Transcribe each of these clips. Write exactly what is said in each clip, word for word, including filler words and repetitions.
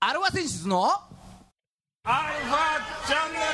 アルファ選出のアルファチャンネル。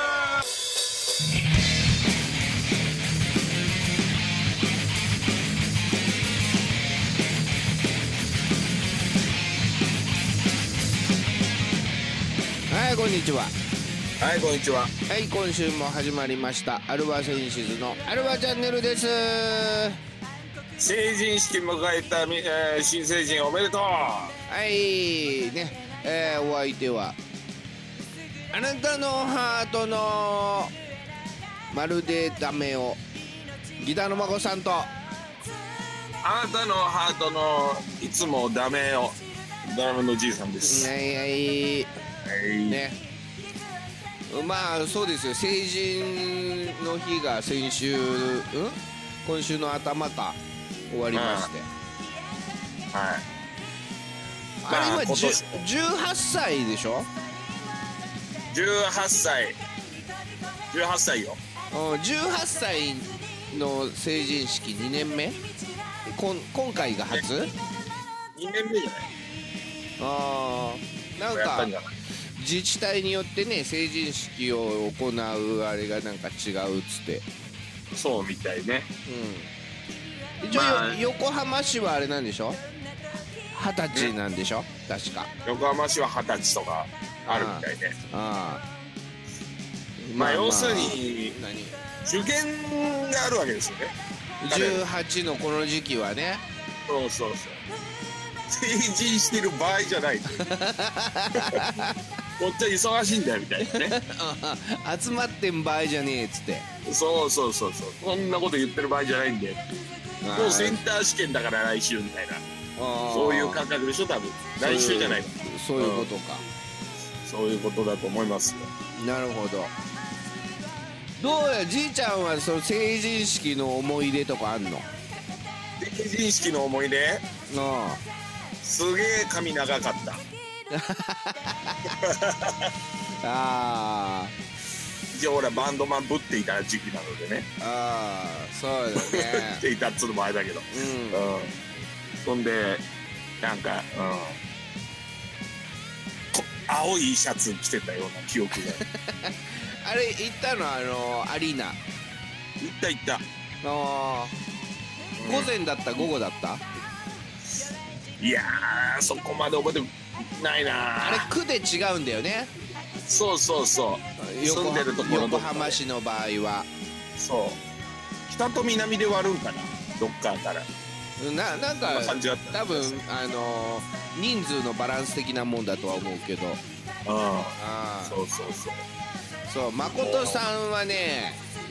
はい、こんにちは。 はい、こんにちは。 はい、今週も始まりましたアルファセンシズのアルファチャンネルです。 成人式迎えた、えー、新成人おめでとう。 はいね、えー、お相手はあなたのハートのまるでダメをギターの孫さんと、 あなたのハートのいつもダメをドラムのじいさんです。 はいはい、 はいね、まあそうですよ。成人の日が先週、うん今週の頭か終わりまして、 はい。 あれまあ今今年じゅうはっさいでしょ。 じゅうはっさいじゅうはっさいよ。 うんじゅうはっさいの成人式にねんめ、こん今回が初。 にねんめじゃない。 あーなんかやったんじゃない。 自治体によってね、成人式を行うあれがなんか違うっつって、 そうみたいね。 うん、一応、 まあ横浜市はあれなんでしょ、二十歳なんでしょ確か。 横浜市は二十歳とかあるみたいね。 ああまあ要するに何受験があるわけですよね。 じゅうはちのこの時期はね。 そうそうそう。成人してる場合じゃない。こっちは忙しいんだよみたいなね。 集まってん場合じゃねえっつって。 そうそうそうそう。そんなこと言ってる場合じゃないんで。もうセンター試験だから来週みたいな。そういう感覚でしょ多分。来週じゃないの。 そういうことか、 うん、そういうことだと思いますよ。 なるほど。どうや、じいちゃんはその成人式の思い出とかあんの？ 成人式の思い出？ あすげえ髪長かった。 あ一応ほらバンドマンぶっていた時期なのでね。 ああそうだね。 ぶっていたっつうのもあれだけど。 うん、 うん、そんでなんか、うん、青いシャツ着てたような記憶が。 あれ行ったの？あのアリーナ。 行った行った。 ああ、うん、午前だった午後だった？ いやーそこまで覚えてないな。 あれ区で違うんだよね。 そうそうそう。住んでるところ横浜市の場合はそう北と南で割るんかな、どっかからな。なんか多分あの人数のバランス的なもんだとは思うけど。 あああそうそうそうそう。誠さんはね、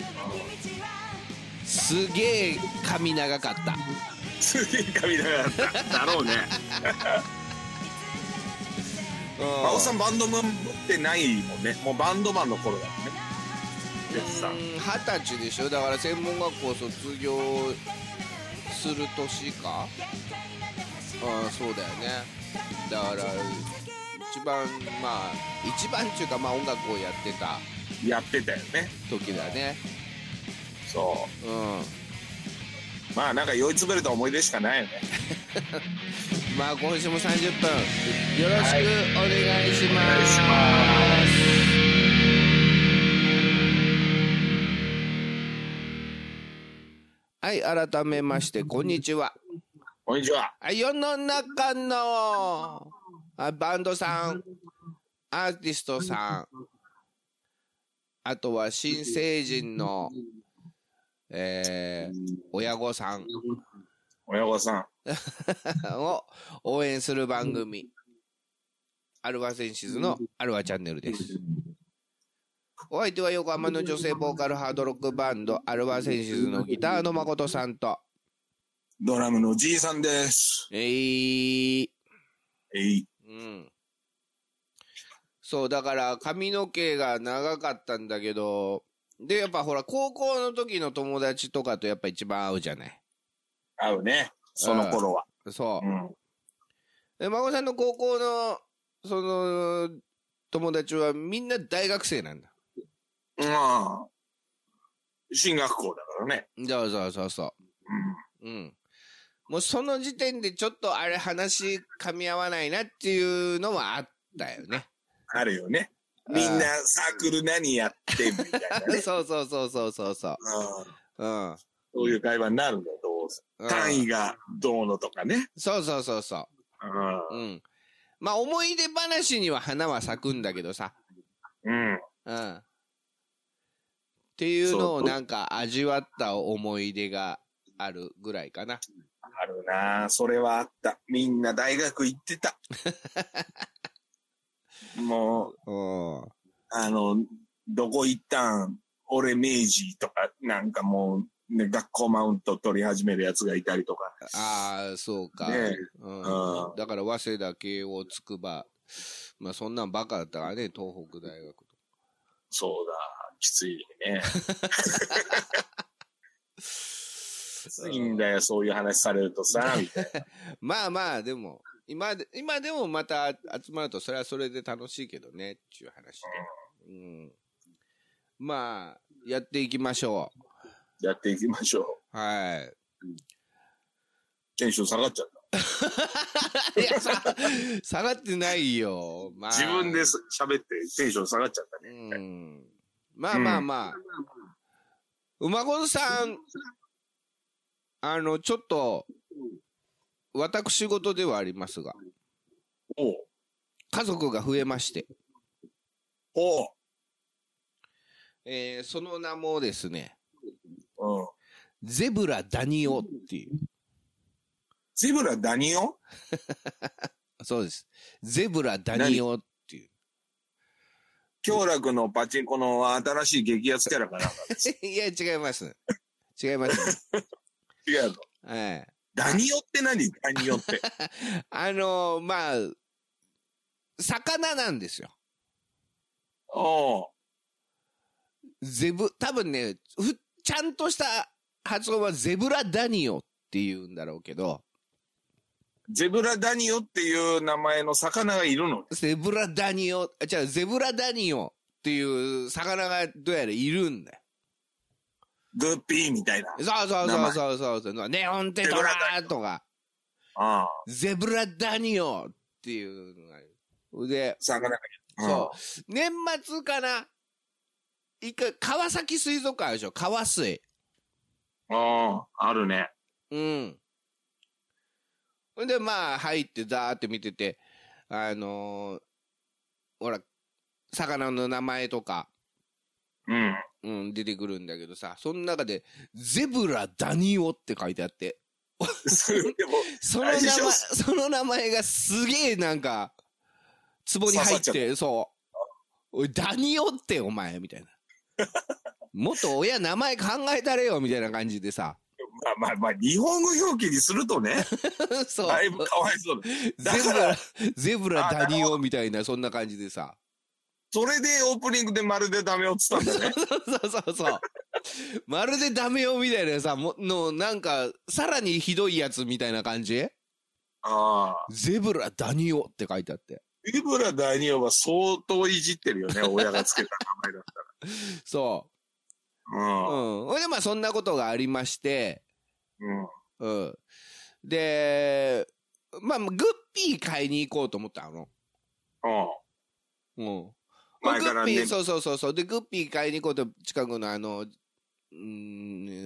すげえ髪長かった。 すげえ髪長かっただろうね。真央さんバンドマン持ってないもんね。もうバンドマンの頃だもんね。 二十歳でしょ。だから専門学校卒業する年か。ああそうだよね。だから一番まあ一番っていうかまあ音楽をやってたやってたよね時だね。 そう、うん、まあなんか酔いつぶれた思い出しかないよね。 まあ今週もさんじゅっぷんよろしくお願いします、はい、はい、改めましてこんにちは。 こんにちは。 世の中のバンドさん、アーティストさん、あとは新成人の、えー、親御さん親御さんを応援する番組、アルファセンシズのアルファチャンネルです。お相手は横浜の女性ボーカルハードロックバンドアルファセンシズのギターの誠さんとドラムのじいさんです。 えいえい、 うん、そうだから髪の毛が長かったんだけど、でやっぱほら高校の時の友達とかとやっぱ一番合うじゃない。 合うね、その頃は。 そう、うん、で孫さんの高校のその友達はみんな大学生なんだ。 うん、進学校だからね。 そうそうそうそう、うん、うん、もうその時点でちょっとあれ話噛み合わないなっていうのはあったよね。 あるよね。みんなサークル何やってみたいなね。 そうそうそうそうそうそう。うん。うん。 そういう会話になるんだよ、どうせ。単位がどうのとかね。 そうそうそうそう。うん。うん。まあ思い出話には花は咲くんだけどさ。 うん。 うん。っていうのをなんか味わった思い出があるぐらいかな。 あるな、それはあった。みんな大学行ってた。もう、あの、どこ行ったん俺明治とか、なんかもう、ね、学校マウント取り始めるやつがいたりとか。 ああ、そうか。ね、うん、うん。だから早稲田、慶応、筑波、まあそんなんバカだったからね、東北大学と。 そうだ、きついね。いいんだよ、そういう話されるとさ、みたいな。 まあまあ、でも、今で、今でもまた集まると、それはそれで楽しいけどね、っていう話で。うん。まあ、やっていきましょう。 やっていきましょう。はい。 テンション下がっちゃった。 いや、さ、下がってないよ。まあ。 自分で喋ってテンション下がっちゃったね。 うん。まあまあまあ。うん、馬込さん、あの、ちょっと、私事ではありますが、 おう。 家族が増えまして、 おう。 えー、その名もですね、 うん、 ゼブラダニオっていう。 ゼブラダニオそうです。ゼブラダニオっていう。 京楽のパチンコの新しい激アツキャラかな。 いや、違います。違います。 違うの。 はい。 ダニオって何？ダニオって。 あのー、まあ、魚なんですよ。 おう。 ゼブ、多分ね、ふ、ちゃんとした発音はゼブラダニオって言うんだろうけど。 ゼブラダニオっていう名前の魚がいるの？ ゼブラダニオ、じゃあゼブラダニオっていう魚がどうやらいるんだよ。 グッピーみたいな。 そうそうそうそうそうそう。ネオンテトラーとか。ああ。ゼブラダニオっていうのがいる。で、 魚がいる。そう。年末かな一回、川崎水族館あるでしょ、川水。 ああ、あるね。 うん。ほんで、まあ、入ってザーって見てて、あのー、ほら、魚の名前とか、 うん。 うん、出てくるんだけどさ、その中で、ゼブラダニオって書いてあって、その名前、その名前がすげえなんか、壺に入って、そう。おい、ダニオってお前、みたいな。もっと親名前考えたれよ、みたいな感じでさ。 まあまあまあ、日本語表記にするとね。そう。だいぶかわいそうだ。ゼブラ、ゼブラダニオみたいな、そんな感じでさ。 それでオープニングでまるでダメをつったんだね。 そうそうそうそう。まるでダメよみたいなさ、もの、なんか、さらにひどいやつみたいな感じ。ああ。ゼブラダニオって書いてあって。 ゼブラダニオは相当いじってるよね、親がつけた名前だったら。 そう。うん。うん。ほいで、まあ、そんなことがありまして、うん。うん。で、まあ、グッピー買いに行こうと思ったの。うん。うん。前からね、グッピー、そうそうそうそう。で、グッピー買いに行こうと、近くのあの、うん、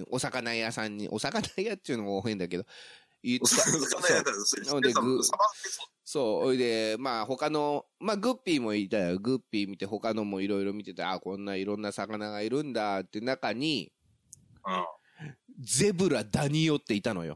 お魚屋さんに、お魚屋っていうのも変だけど、言った。お魚屋だよ、それ。そう、おいで、まあ他の、まあグッピーもいたよ。グッピー見て他のもいろいろ見てて、あ、こんないろんな魚がいるんだって中に、うん、ゼブラダニオっていたのよ。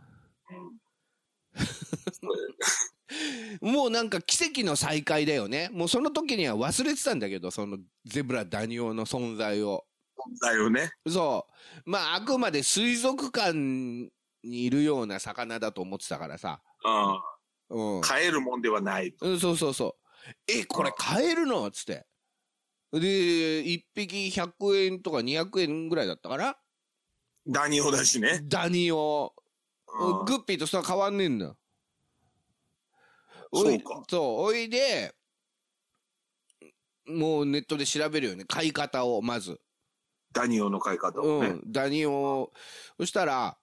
うん、もうなんか奇跡の再会だよね。もうその時には忘れてたんだけど、そのゼブラダニオの存在を。 存在をね。 そう。まああくまで水族館にいるような魚だと思ってたからさ。 うん。うん。飼えるもんではない。 うん、そうそうそう。え、これ飼えるのつって。で、一匹ひゃくえんとかにひゃくえんぐらいだったかな。 ダニオだしね。 ダニオ。うん、グッピーとそんな変わんねえんだ。 そうか。 そう、おいで、もうネットで調べるよね。飼い方を、まず。 ダニオの飼い方をね。 うん、ダニオ。そしたら、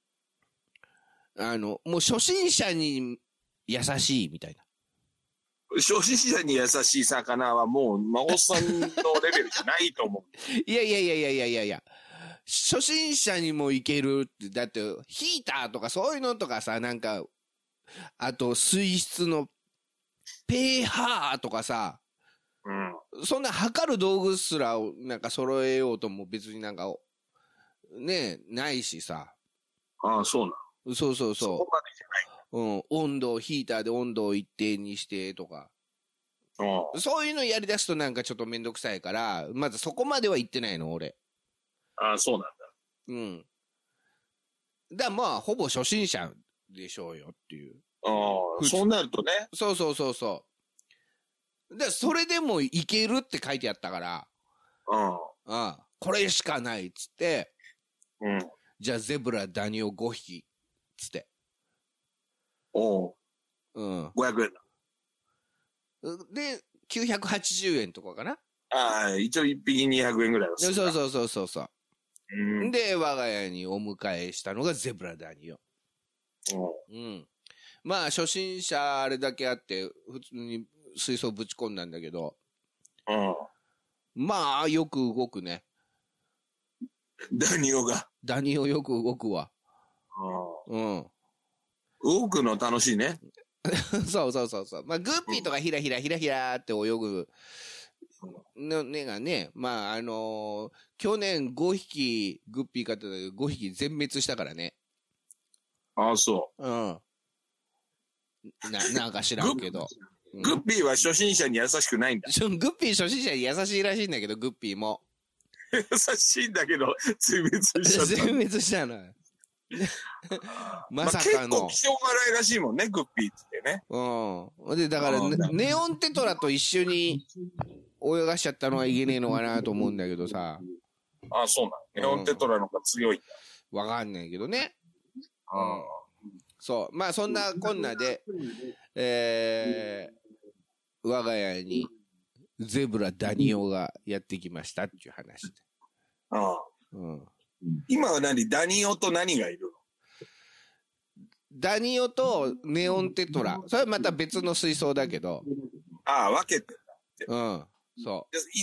あの、もう初心者に優しいみたいな。 初心者に優しい魚はもう真央さんのレベルじゃないと思う。 いやいやいやいやいやいやいや。初心者にもいけるって、だってヒーターとかそういうのとかさ、なんか、あと水質のペーハーとかさ、うん、そんな測る道具すらなんか揃えようとも別になんか、ね、ないしさ。 ああ、そうなの。そうそうそう。 そこまでじゃない。 うん、温度をヒーターで温度を一定にしてとか、うん、そういうのやりだすとなんかちょっとめんどくさいから、まずそこまでは言ってないの俺。 ああ、そうなんだ。 うん。だからまあほぼ初心者でしょうよっていう。 ああ、そうなるとね。 そうそうそうそう。でそれでもいけるって書いてあったから、うん、ああこれしかないっつって、うん、じゃあゼブラダニをごひきっつって。 おう、うん、ごひゃくえんだ。できゅうひゃくはちじゅうえんとかかな。 ああ、一応いっぴきにひゃくえんぐらいはする。 そうそうそうそうそう。うん、で我が家にお迎えしたのがゼブラダニよ。うん。まあ初心者あれだけあって普通に水槽ぶち込んだんだけど、うん、まあよく動くね。 ダニオが。 ダニオよく動くわ。うん。 動くの楽しいね。 そうそうそうそう。まあグッピーとかヒラヒラヒラヒラって泳ぐのねがね、まああのー、去年ごひきグッピー飼ってたけどごひき全滅したからね。 ああそう。 うん。ななんか知らんけど。 グッピーは初心者に優しくないんだ。 グッピー初心者に優しいらしいんだけど、グッピーも。 優しいんだけど、全滅しちゃった。 全滅したの。まさかの。 まあ、結構気性が荒いらしいもんね、グッピーってね。 うん。で、だから、ネオンテトラと一緒に泳がしちゃったのはいけねえのかなと思うんだけどさ。 ああ、そうなの。ネオンテトラの方が強いんだ。 わかんないけどね。うん。そう。まあ、そんなこんなで、えー、我が家にゼブラダニオがやってきましたっていう話で。 ああ。うん。今は何ダニオと何がいるの？ダニオとネオンテトラ。それはまた別の水槽だけど。 ああ、分けてんだ。うん。そう。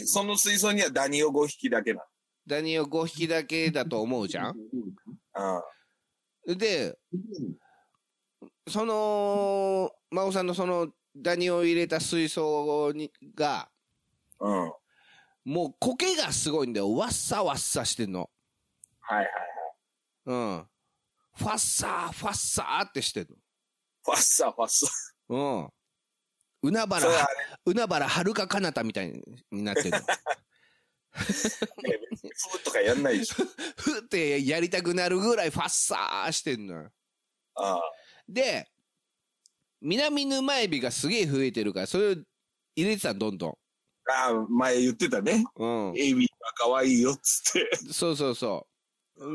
その水槽にはダニオごひきだけなの。 ダニオごひきだけだと思うじゃん？ああ。で、その、真央さんのそのダニオを入れた水槽にが、うん。もう苔がすごいんだよ。わっさわっさしてんの。 はいはいはい。うん。ファッサー、ファッサーってしてんの。 ファッサー、ファッサー。うん。海原、海原はるか彼方みたいになってんの。 ふーとかやんないでしょ。 ふーってやりたくなるぐらいファッサーしてんのよ。ああ。で、南沼エビがすげえ増えてるから、それを入れてたどんどん。 ああ、前言ってたね。うん。エビは可愛いよっつって。 そうそうそう。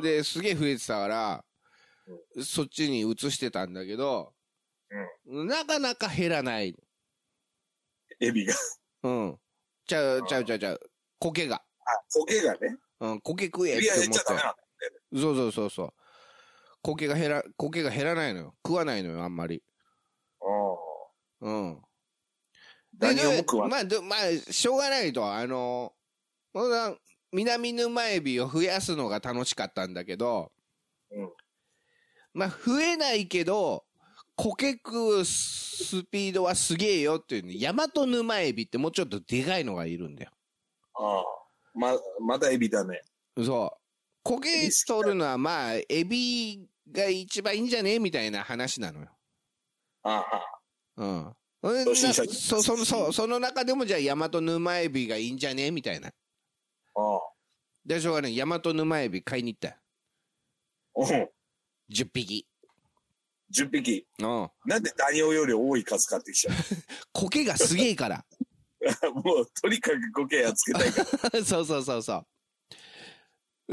で、すげえ増えてたから、うん、そっちに移してたんだけど、うん、なかなか減らない。 エビが。 うん。ちゃうちゃうちゃうちゃう。苔が。 あ、苔がね。 うん、苔食えって思って。エビは減っちゃダメなんだよね。そうそうそうそう。苔が減ら、苔が減らないのよ。食わないのよ、あんまり。うん。 ダニオも食わない。まあ、まあ、しょうがないと。あの、南沼エビを増やすのが楽しかったんだけど、うん、まあ、増えないけど、苔食うスピードはすげえよっていうね。ヤマトヌマエビってもうちょっとでかいのがいるんだよ。 ああ。ま、まだエビだね。 そう。苔取るのはまあ、エビが一番いいんじゃねえみたいな話なのよ。 ああ。 うん。そ、その、そ、その中でもじゃあヤマトヌマエビがいいんじゃねえみたいな。ああ。でしょうがね、ヤマトヌマエビ買いに行ったよ。 うん。 じゅっぴき。 じゅっぴき。 うん。 なんでダニオより多い数買ってきちゃう苔がすげえから。 もう、とにかく苔やっつけたいから。 そうそうそうそう。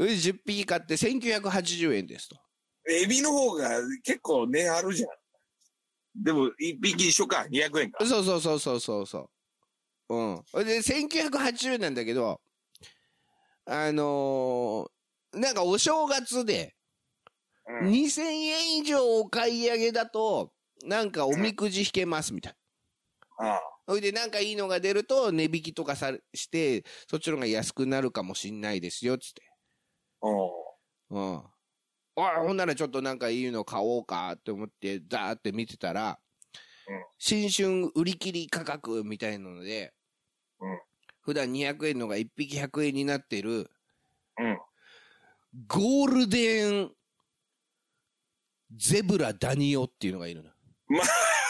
じゅっぴき買ってせんきゅうひゃくはちじゅうえんですと。 エビの方が結構値あるじゃん。でも、いっぴき一緒か、にひゃくえんか。 そうそうそうそうそうそう。うん。で、せんきゅうひゃくはちじゅうえんなんだけど、あのー、なんかお正月で、にせんえん以上お買い上げだと、なんかおみくじ引けますみたいな。 ほいでなんかいいのが出ると値引きとかさしてそっちの方が安くなるかもしんないですよっつって。うん。あ、ほんならちょっとなんかいいの買おうかって思ってダーって見てたら、うん、新春売り切り価格みたいなので、うん、普段にひゃくえんのがいっぴきひゃくえんになってる、うん、ゴールデンゼブラダニオっていうのがいるの。ま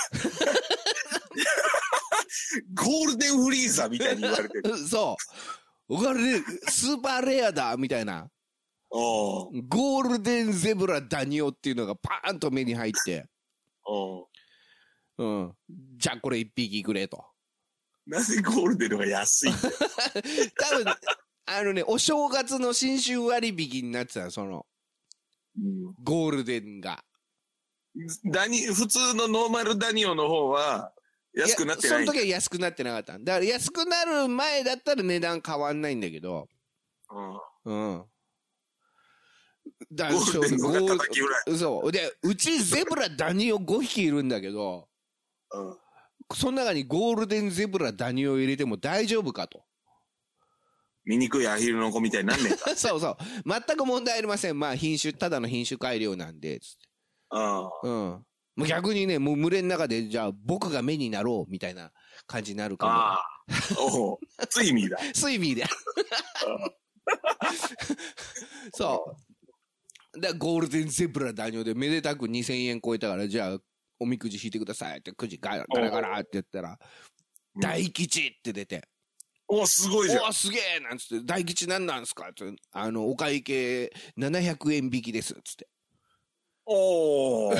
ゴールデンフリーザみたいに言われてる。 そう。ゴールデンスーパーレアだみたいな。おゴールデンゼブラダニオっていうのがパーンと目に入って。おうん。じゃあこれ一匹くれと。 なぜゴールデンのが安いんだよ。 多分、あのね、お正月の新春割引になってたその、うん、ゴールデンが。 ダニ、普通のノーマルダニオの方は、安くなってない。 その時は安くなってなかった。だから安くなる前だったら値段変わんないんだけど。うん。うん。 だゴールデンのが叩きぐらい。 そう。で、うちゼブラダニオごひきいるんだけど、うん。その中にゴールデンゼブラダニオ入れても大丈夫かと。 醜いアヒルの子みたいになんねえか。 そうそう。全く問題ありません。まあ品種、ただの品種改良なんで、つって。ああ。うん。もう逆にね、もう群れの中で、じゃあ僕が目になろうみたいな感じになるかも。ああ。 おお、スイミーだ。 スイミーだ。そう。だゴールデンゼブラダニオでめでたくにせんえん超えたから、じゃあおみくじ引いてくださいってくじガラガラガラって言ったら、大吉って出て。 おすごいじゃん。 おすげえなんつって、大吉なんなんすかって、あの、お会計ななひゃくえん引きですっつって。おー。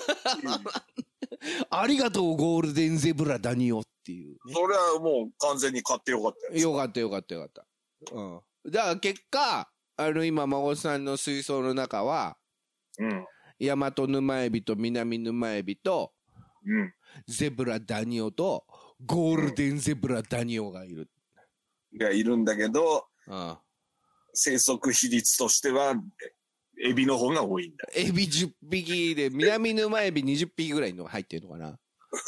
ありがとうゴールデンゼブラダニオっていう、 ね。それはもう完全に買ってよかったよ。よかったよかったよかった。うん。だから結果、あの今孫さんの水槽の中は、うん。大和沼エビと南沼エビと、うん。ゼブラダニオと、ゴールデンゼブラダニオがいる。 がいるんだけど、うん。生息比率としては、エビの方が多いんだ。 エビじゅっぴきで、南沼エビにじゅっぴきぐらいの入ってるのかな。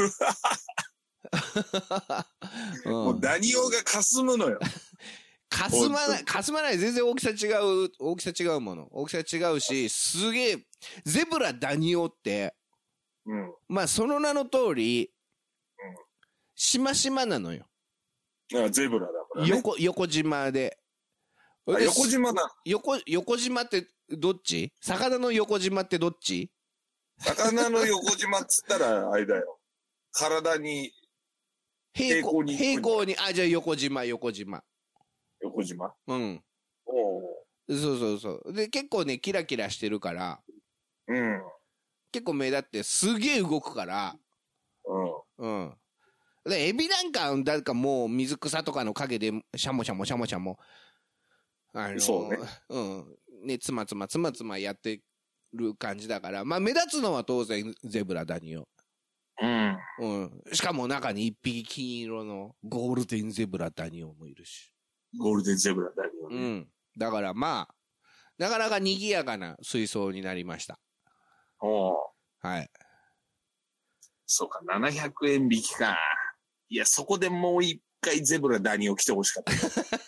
うん、もうダニオが霞むのよ。 霞まない、霞まない。全然大きさ違う、大きさ違うもの。大きさ違うし、すげえ、ゼブラダニオって、うん、まあその名の通り、うん、しましまなのよ。 あゼブラだからね。 横、横島で。 あ、横島だ。 横、横島ってどっち？魚の横島ってどっち？ 魚の横島っつったら、あれだよ。体に、 平行に。平行に、あ、じゃあ横島、横島。 横島？ うん。おそうそうそう。で、結構ね、キラキラしてるから、うん。結構目立って、すげえ動くから、うん。うん。で、エビなんか、なんかもう水草とかの陰で、シャモシャモシャモシャモ、あの、そうね。うん。ね、つまつまつまつまやってる感じだから、まあ目立つのは当然ゼブラダニオ。うん。うん。しかも中に一匹金色のゴールデンゼブラダニオもいるし。 ゴールデンゼブラダニオね。 うん。だからまあ、なかなか賑やかな水槽になりました。おー。はい。 そうか、ななひゃくえん引きか。いや、そこでもう一回ゼブラダニオ来てほしかった。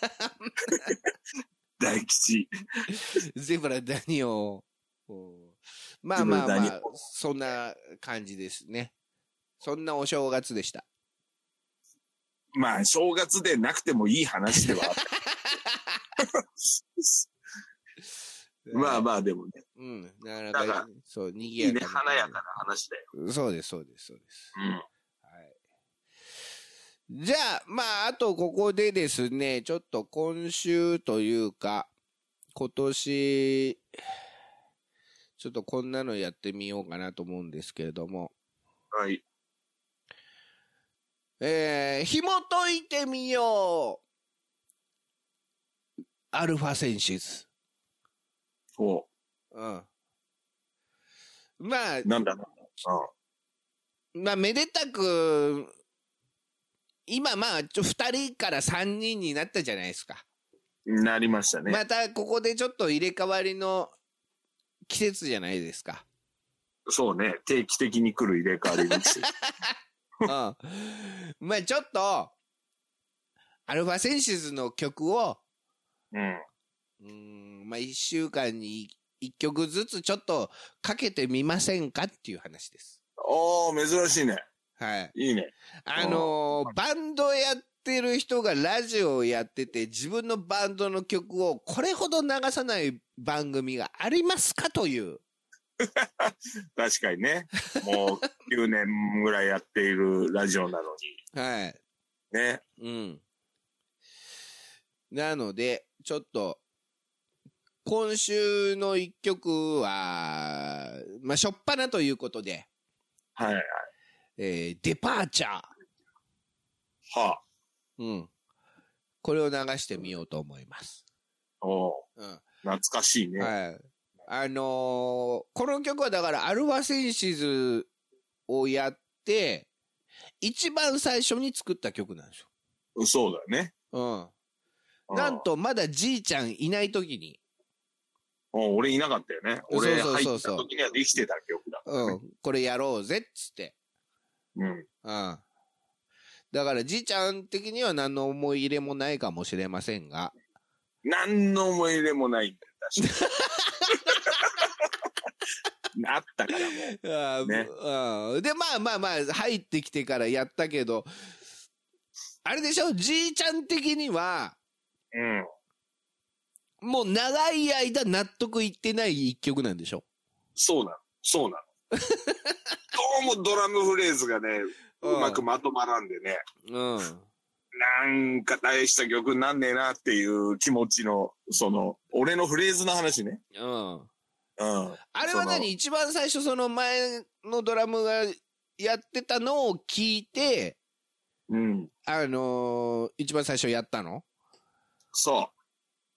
大吉。 ゼブラダニオ。まあまあまあ、そんな感じですね。そんなお正月でした。 まあ、正月でなくてもいい話ではあった。まあまあ、でもね。うん。なかなか、そう、賑やかな。いいね、華やかな話だよ。 そうです、そうです、そうです。うん。はい。じゃあ、まあ、あとここでですね、ちょっと今週というか、今年、ちょっとこんなのやってみようかなと思うんですけれども。はい。えー、紐解いてみよう。アルファセンシズ。おうん。まあ。 なんだなんだ。 うん。まあ、めでたく、今まあ、ちょ、二人から三人になったじゃないですか。 なりましたね。 また、ここでちょっと入れ替わりの季節じゃないですか。 そうね。定期的に来る入れ替わりです。 うん。まあちょっと、アルファセンシズの曲を、 うん。 うーん、まあ一週間に一曲ずつちょっとかけてみませんかっていう話です。 おー、珍しいね。 はい。 いいね。 あのー、バンドやってる人がラジオをやってて、自分のバンドの曲をこれほど流さない番組がありますかという。 確かにね。もうきゅうねんぐらいやっているラジオなのに。 はい。 ね。 うん。なので、ちょっと、今週の一曲は、まあ、しょっぱなということで。 はいはい。 えー、デパーチャー。 はあ。 うん。これを流してみようと思います。 おー。 うん。 懐かしいね。 はい。あのー、この曲はだからアルファセンシズをやって、一番最初に作った曲なんですよ。そうだよね。 うん。なんとまだじいちゃんいない時に。 お俺いなかったよね。俺入った時にはできてた曲だ、ね。 うん。これやろうぜっつって。 うん。うん。 だからじいちゃん的には何の思い入れもないかもしれませんが。 何の思い入れもないんだよ、確かに。あったからもう。ね、 うん。で、まあまあまあ、入ってきてからやったけど、あれでしょ、じいちゃん的には、 うん。 もう長い間納得いってない一曲なんでしょ。 そうなの。そうなの。どうもドラムフレーズがね、うまくまとまらんでね。うん。なんか大した曲なんねえなっていう気持ちの、その、俺のフレーズの話ね。うん。うん。 あれは何？一番最初その前のドラムがやってたのを聞いて、うん。あのー、一番最初やったの？ そう。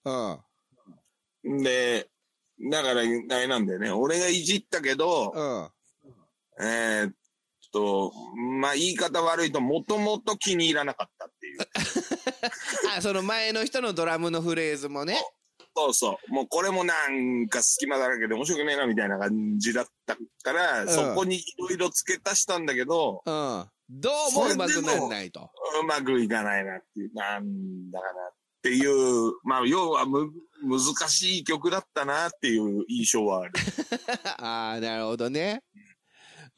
うん。で、だから、あれなんだよね。俺がいじったけど、うん。えー、っと、まあ、言い方悪いと、もともと気に入らなかったっていう。 あ、その前の人のドラムのフレーズもね。 そうそう。もうこれもなんか隙間だらけで面白くねえなみたいな感じだったから、うん、そこにいろいろ付け足したんだけど、うん。 どうもうまくならないと。 うまくいかないなっていう、なんだかなっていう、まあ、要はむ、難しい曲だったなっていう印象はある。 ああ、なるほどね。 うん。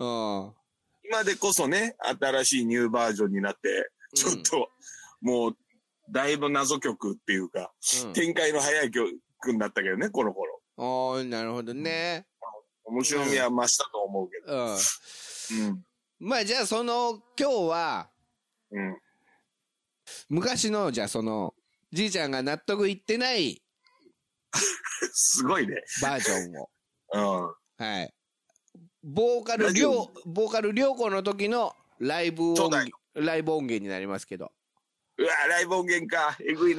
今でこそね、新しいニューバージョンになって、ちょっと、うん、もう、だいぶ謎曲っていうか、うん、展開の早い曲になったけどね、この頃。 ああ、なるほどね。 面白みは増したと思うけど。うん。 うん。まあ、じゃあ、その、今日は、うん。昔の、じゃあ、その、じいちゃんが納得いってない、 すごいね。 バージョンを。うん。はい。ボーカル、りょう、ボーカル、りょうこの時のライブ音源、ライブ音源になりますけど。 うわ、ライブ音源か。えぐいな。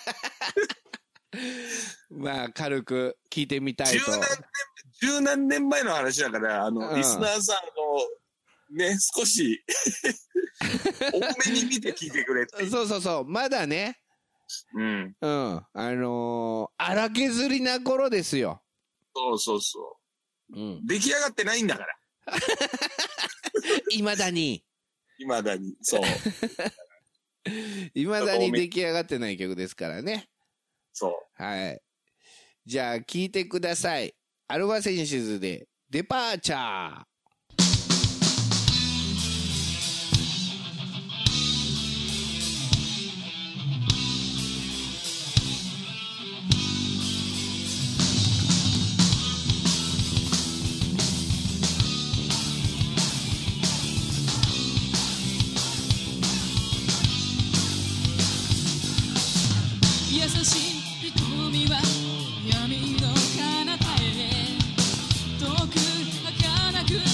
まあ、軽く聞いてみたいと。 十何年、十何年前の話だから、あの、うん、リスナーさんの、ね、少し、多めに見て聞いてくれって。 そうそうそう。まだね。うん。うん。あのー、荒削りな頃ですよ。 そうそうそう。うん。出来上がってないんだから。 いまだに。 いまだに。そう。 いまだに出来上がってない曲ですからね。 そう。 はい。じゃあ、聴いてください。アルファセンシズで、デパーチャー。 優しい瞳は闇の彼方へ遠く儚く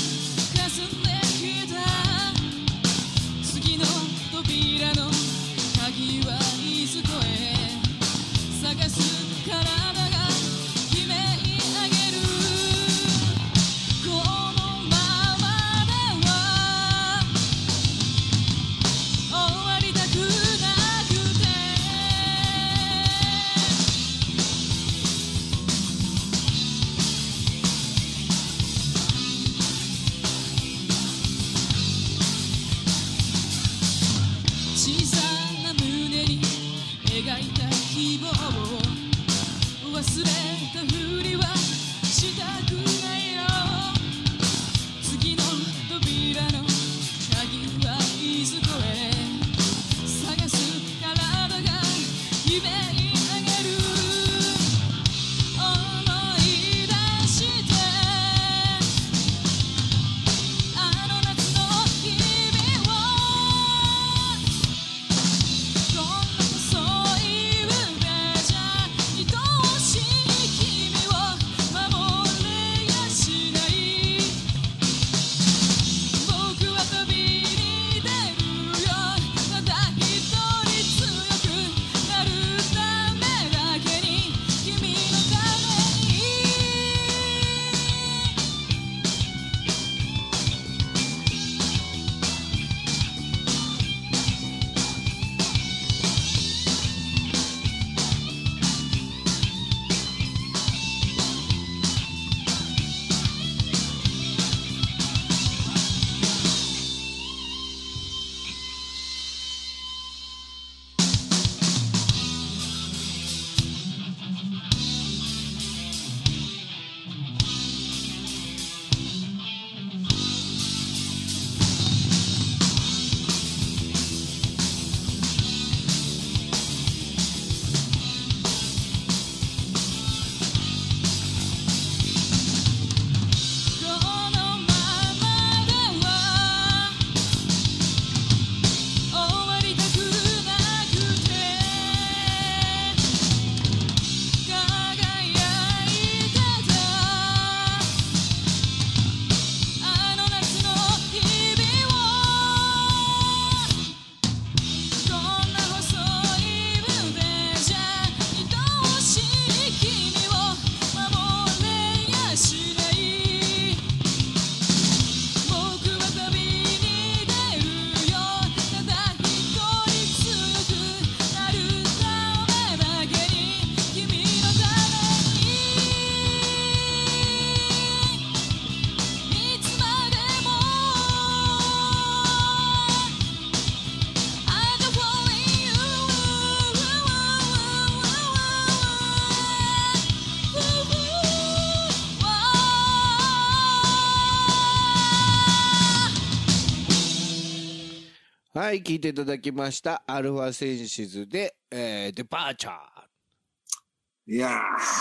はい、聞いていただきました。アルファセンシズで、えー、デパーチャー。 いや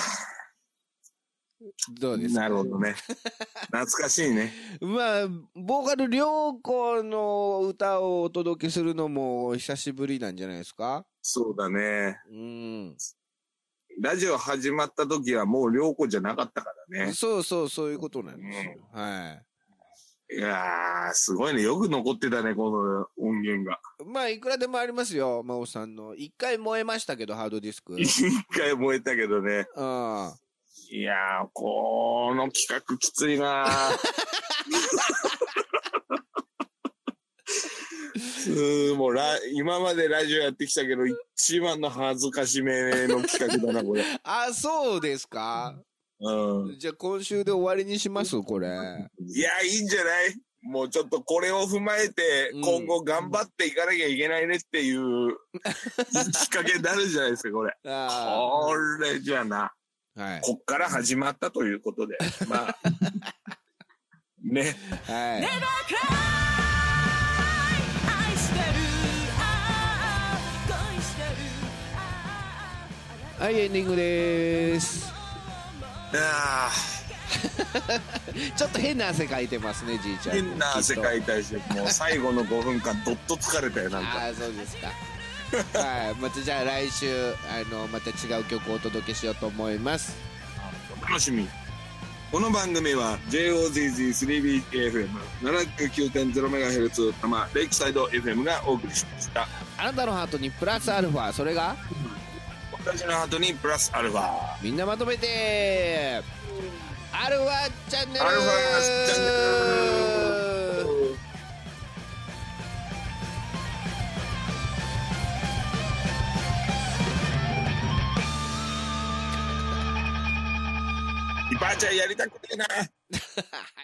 ー。どうですか？ なるほどね。懐かしいね。 まあ、ボーカル涼子の歌をお届けするのも久しぶりなんじゃないですか？ そうだね。 うん。 ラジオ始まった時はもう涼子じゃなかったからね。 そうそう、そういうことなんですよ。うん、はい。 いやー、すごいね。よく残ってたね、この音源が。 まあ、いくらでもありますよ、真央さんの。一回燃えましたけど、ハードディスク。 一回燃えたけどね。 うん。 いやー、この企画きついなー。もうラ今までラジオやってきたけど、一番の恥ずかしめの企画だな、これ。 あ、そうですか？うん。じゃあ今週で終わりにしますこれ。 いや、いいんじゃない？もうちょっとこれを踏まえて、今後頑張っていかなきゃいけないねっていう、きっかけになるじゃないですか、これ。これじゃあな。はい。こっから始まったということで。まあ。ね。はい。はい、エンディングでーす。いやちょっと変な汗かいてますね、じいちゃん。 変な汗かいたりして、もう最後のごふんかんどっと疲れたよ、なんか。 ああ、そうですか。はい、またじゃあ来週、あの、また違う曲をお届けしようと思います。 お楽しみ。この番組は ジェイオーゼットゼットスリービーエフエムななじゅうきゅうてんゼロメガヘルツ 多摩レイクサイド エフエム がお送りしました。 あなたのハートにプラスアルファ、それが私のハートにプラスアルファ。 みんなまとめてアルファチャンネル。 アルファチャンネル。リパーチャーやりたくてな。